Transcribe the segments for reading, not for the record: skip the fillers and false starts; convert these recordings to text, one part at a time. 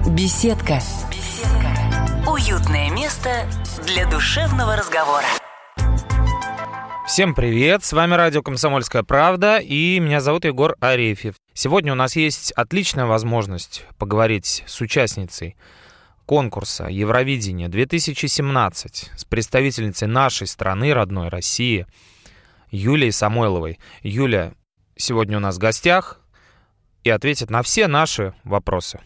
Беседка. Беседка. Уютное место для душевного разговора. Всем привет, с вами радио «Комсомольская правда» и меня зовут Егор Арефьев. Сегодня у нас есть отличная возможность поговорить с участницей конкурса Евровидение 2017 с представительницей нашей страны, родной России, Юлией Самойловой. Юля сегодня у нас в гостях и ответит на все наши вопросы.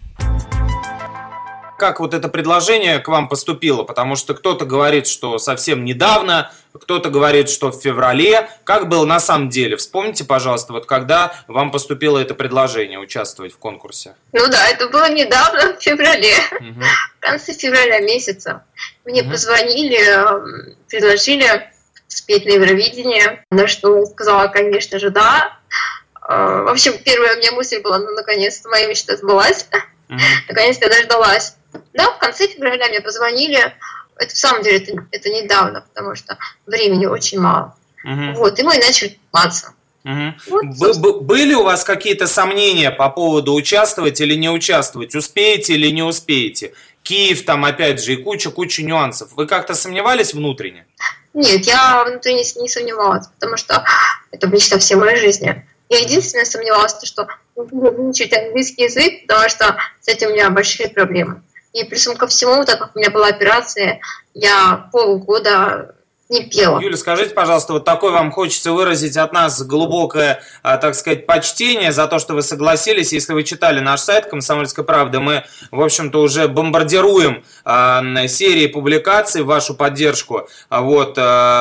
Как вот это предложение к вам поступило? Потому что кто-то говорит, что совсем недавно, кто-то говорит, что в феврале. Как было на самом деле? Вспомните, пожалуйста, вот когда вам поступило это предложение участвовать в конкурсе. Ну да, это было недавно, в феврале, в конце февраля месяца. Мне позвонили, предложили спеть на Евровидение, на что я сказала, конечно же, да. В общем, первая у меня мысль была, ну, наконец-то моя мечта сбылась. Наконец-то я дождалась. Да, в конце февраля мне позвонили. Это в самом деле это недавно, потому что времени очень мало. Вот, и мы начали заниматься. Вот, были у вас какие-то сомнения по поводу участвовать или не участвовать? Успеете или не успеете? Киев там, опять же, и куча нюансов. Вы как-то сомневались внутренне? Нет, я внутренне не сомневалась, потому что это мечта всей моей жизни. Я единственное сомневалась, что не буду выучить английский язык, потому что с этим у меня большие проблемы. И плюсом ко всему, так как у меня была операция, я полгода не пела. Юля, скажите, пожалуйста, вот такое вам хочется выразить от нас глубокое, так сказать, почтение за то, что вы согласились. Если вы читали наш сайт «Комсомольская правда», мы, в общем-то, уже бомбардируем серии публикаций в вашу поддержку, вот,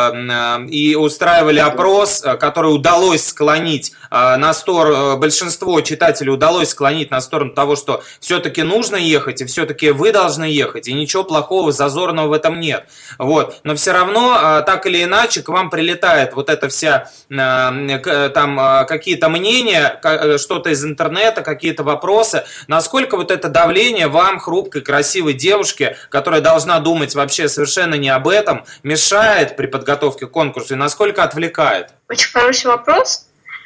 и устраивали опрос, который удалось склонить на сторону, большинство читателей удалось склонить на сторону того, что все-таки нужно ехать, и все-таки вы должны ехать, и ничего плохого, зазорного в этом нет. Вот. Но все равно так или иначе к вам прилетает вот эта вся, там, какие-то мнения, что-то из интернета, какие-то вопросы. Насколько вот это давление вам, хрупкой, красивой девушке, которая должна думать вообще совершенно не об этом, мешает при подготовке к конкурсу и насколько отвлекает? Очень хороший вопрос.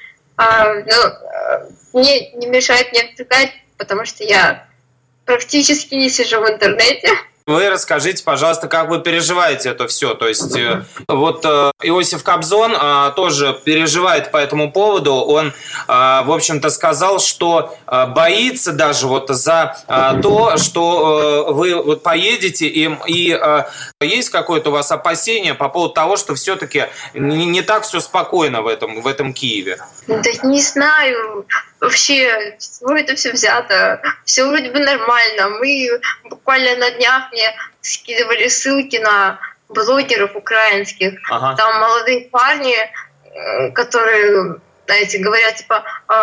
Мне не мешает, не отвлекает, потому что я практически не сижу в интернете. Вы расскажите, пожалуйста, как вы переживаете это все. То есть, вот Иосиф Кобзон тоже переживает по этому поводу. Он, в общем-то, сказал, что боится даже вот за то, что вы вот поедете, и есть какое-то у вас опасение по поводу того, что все-таки не так все спокойно в этом Киеве? Да не знаю. Вообще, это все взято, все вроде бы нормально. Мы буквально на днях мне скидывали ссылки на блогеров украинских. Там молодые парни, которые, знаете, говорят, типа,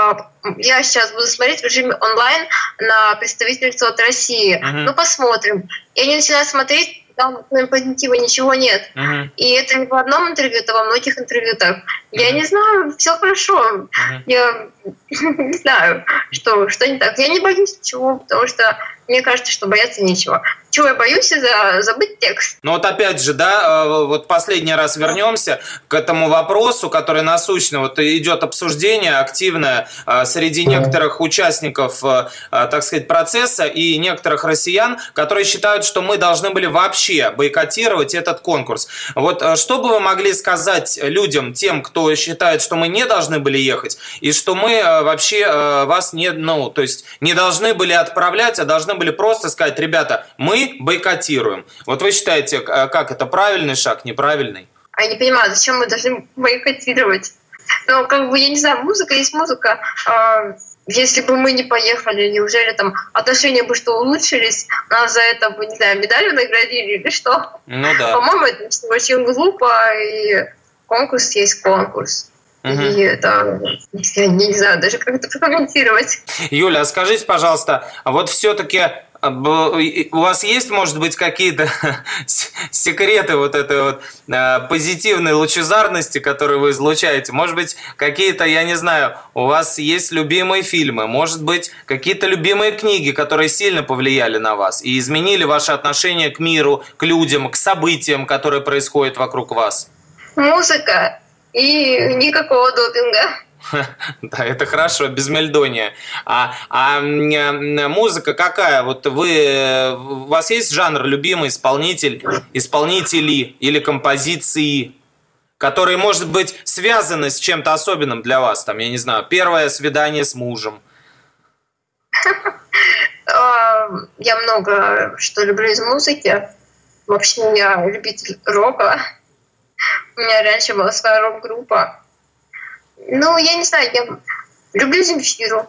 я сейчас буду смотреть в режиме онлайн на представительницу от России. Ну, посмотрим. И они начинают смотреть, там позитива ничего нет. И это не в одном интервью, это во многих интервью так. Я не знаю, все хорошо. Я не знаю, что не так. Я не боюсь ничего, потому что мне кажется, что бояться нечего. Чего я боюсь? Забыть текст. Ну вот опять же, да, вот последний раз вернемся к этому вопросу, который насущно. Вот идет обсуждение активное среди некоторых участников, так сказать, процесса и некоторых россиян, которые считают, что мы должны были вообще бойкотировать этот конкурс. Вот что бы вы могли сказать людям, тем, кто считает, что мы не должны были ехать, и что мы вообще вас не должны были отправлять, а должны были просто сказать: ребята, мы бойкотируем. Вот вы считаете, как это, правильный шаг, неправильный? Я не понимаю, зачем мы должны бойкотировать? Ну, я не знаю, музыка есть музыка. Если бы мы не поехали, неужели там отношения бы что улучшились, нас за это бы, не знаю, медалью наградили или что? Ну да. По-моему, это очень глупо, и конкурс есть конкурс. И это, я не знаю даже, как это прокомментировать. Юля, а скажите, пожалуйста, а вот все-таки у вас есть, может быть, какие-то секреты вот этой вот позитивной лучезарности, которую вы излучаете? Может быть, какие-то, я не знаю, у вас есть любимые фильмы, может быть, какие-то любимые книги, которые сильно повлияли на вас и изменили ваше отношение к миру, к людям, к событиям, которые происходят вокруг вас? Музыка и никакого допинга. Да, это хорошо, без мельдония. Музыка какая? Вот у вас есть жанр любимый, исполнители или композиции, которые, может быть, связаны с чем-то особенным для вас? Там, я не знаю, первое свидание с мужем. Я много что люблю из музыки. Вообще, я любитель рока. У меня раньше была своя рок-группа. Ну, я не знаю, я люблю Земфиру.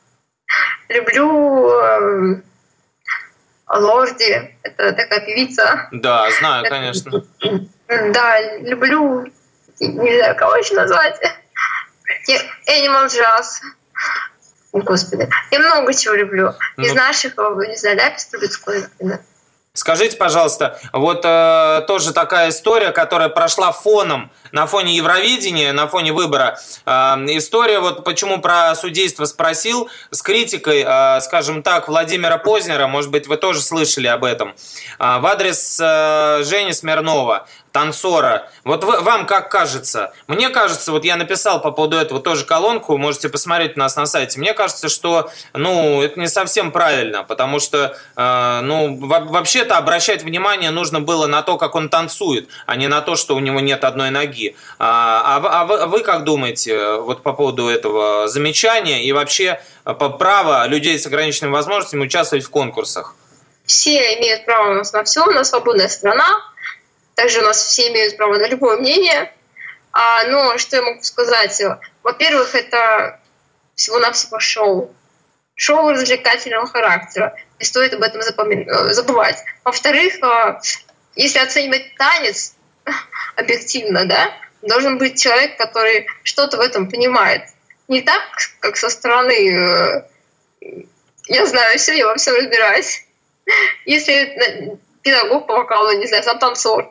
Люблю Лорди. Это такая певица. Да, знаю, конечно. Да, люблю... Не знаю, кого еще назвать. Animal Jazz. Господи. Я много чего люблю. Из наших, не знаю, Ляпис Трубецкой, например. Скажите, пожалуйста, вот тоже такая история, которая прошла фоном, на фоне Евровидения, на фоне выбора. История, вот почему про судейство спросил, с критикой, скажем так, Владимира Познера, может быть, вы тоже слышали об этом, в адрес Жени Смирнова, танцора. Вот вам как кажется? Мне кажется, вот я написал по поводу этого тоже колонку, можете посмотреть у нас на сайте. Мне кажется, что, это не совсем правильно, потому что, вообще-то обращать внимание нужно было на то, как он танцует, а не на то, что у него нет одной ноги. Вы как думаете вот по поводу этого замечания и вообще права людей с ограниченными возможностями участвовать в конкурсах? Все имеют право у нас на все, у нас свободная страна. Также у нас все имеют право на любое мнение. Но что я могу сказать? Во-первых, это всего-навсего шоу. Шоу развлекательного характера. Не стоит об этом забывать. Во-вторых, если оценивать танец объективно, да, должен быть человек, который что-то в этом понимает. Не так, как со стороны «я знаю все, я во всем разбираюсь». Если педагог по вокалу, не знаю, сам танцор,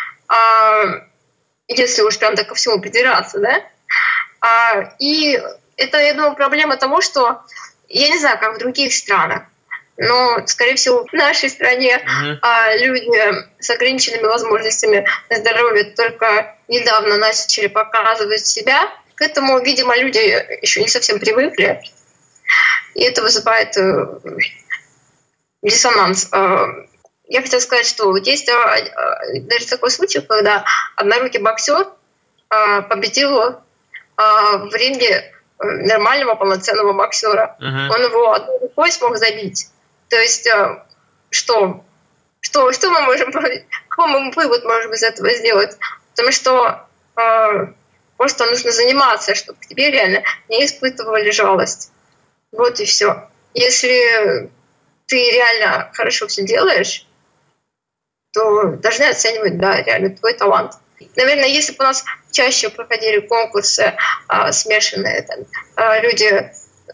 если уж прям так ко всему придираться, да. И это, я думаю, проблема того, что я не знаю, как в других странах, но, скорее всего, в нашей стране люди с ограниченными возможностями здоровья только недавно начали показывать себя. К этому, видимо, люди еще не совсем привыкли, и это вызывает диссонанс. Я хотела сказать, что есть даже такой случай, когда однорукий боксер победил в ринге нормального полноценного боксера. Он его одной рукой смог забить. То есть что мы можем, какой мы вывод можем из этого сделать? Потому что просто нужно заниматься, чтобы к тебе реально не испытывали жалость. Вот и все. Если ты реально хорошо все делаешь, то должны оценивать, да, реально твой талант. Наверное, если бы у нас чаще проходили конкурсы смешанные, там, люди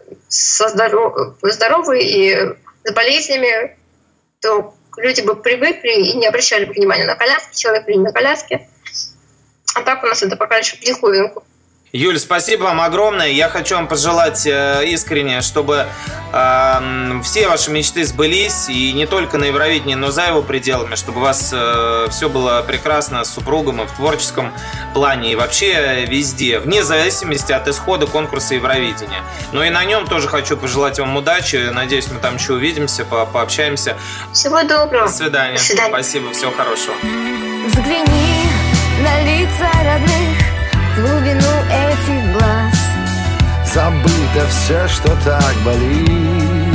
здоровые и с болезнями, то люди бы привыкли и не обращали бы внимания на коляски, человек или на коляске. А так у нас это пока еще в диковинку. Юль, спасибо вам огромное. Я хочу вам пожелать искренне, чтобы все ваши мечты сбылись, и не только на Евровидении, но за его пределами, чтобы у вас все было прекрасно с супругом и в творческом плане, и вообще везде, вне зависимости от исхода конкурса Евровидения. Но и на нем тоже хочу пожелать вам удачи. Надеюсь, мы там еще увидимся, пообщаемся. Всего доброго. До свидания. До свидания. Спасибо, всего хорошего. Взгляни на лица родных, в глубину этих глаз. Забыто все, что так болит.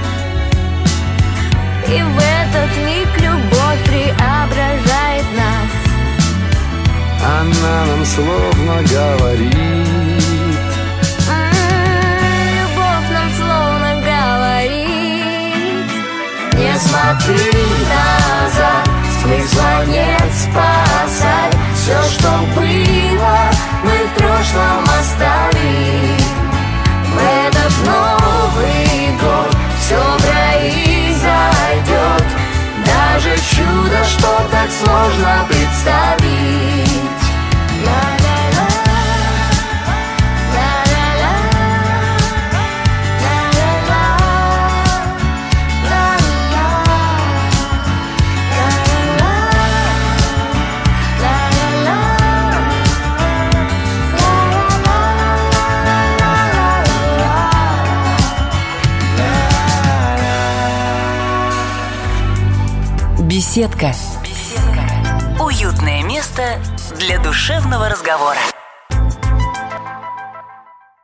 И в этот миг любовь преображает нас. Она нам словно говорит. Любовь нам словно говорит: не смотри назад, смысла нет спасать. Все, что было, мы в прошлом оставим. В этот Новый год все произойдет. Даже чудо, что так сложно представить. Беседка. Уютное место для душевного разговора.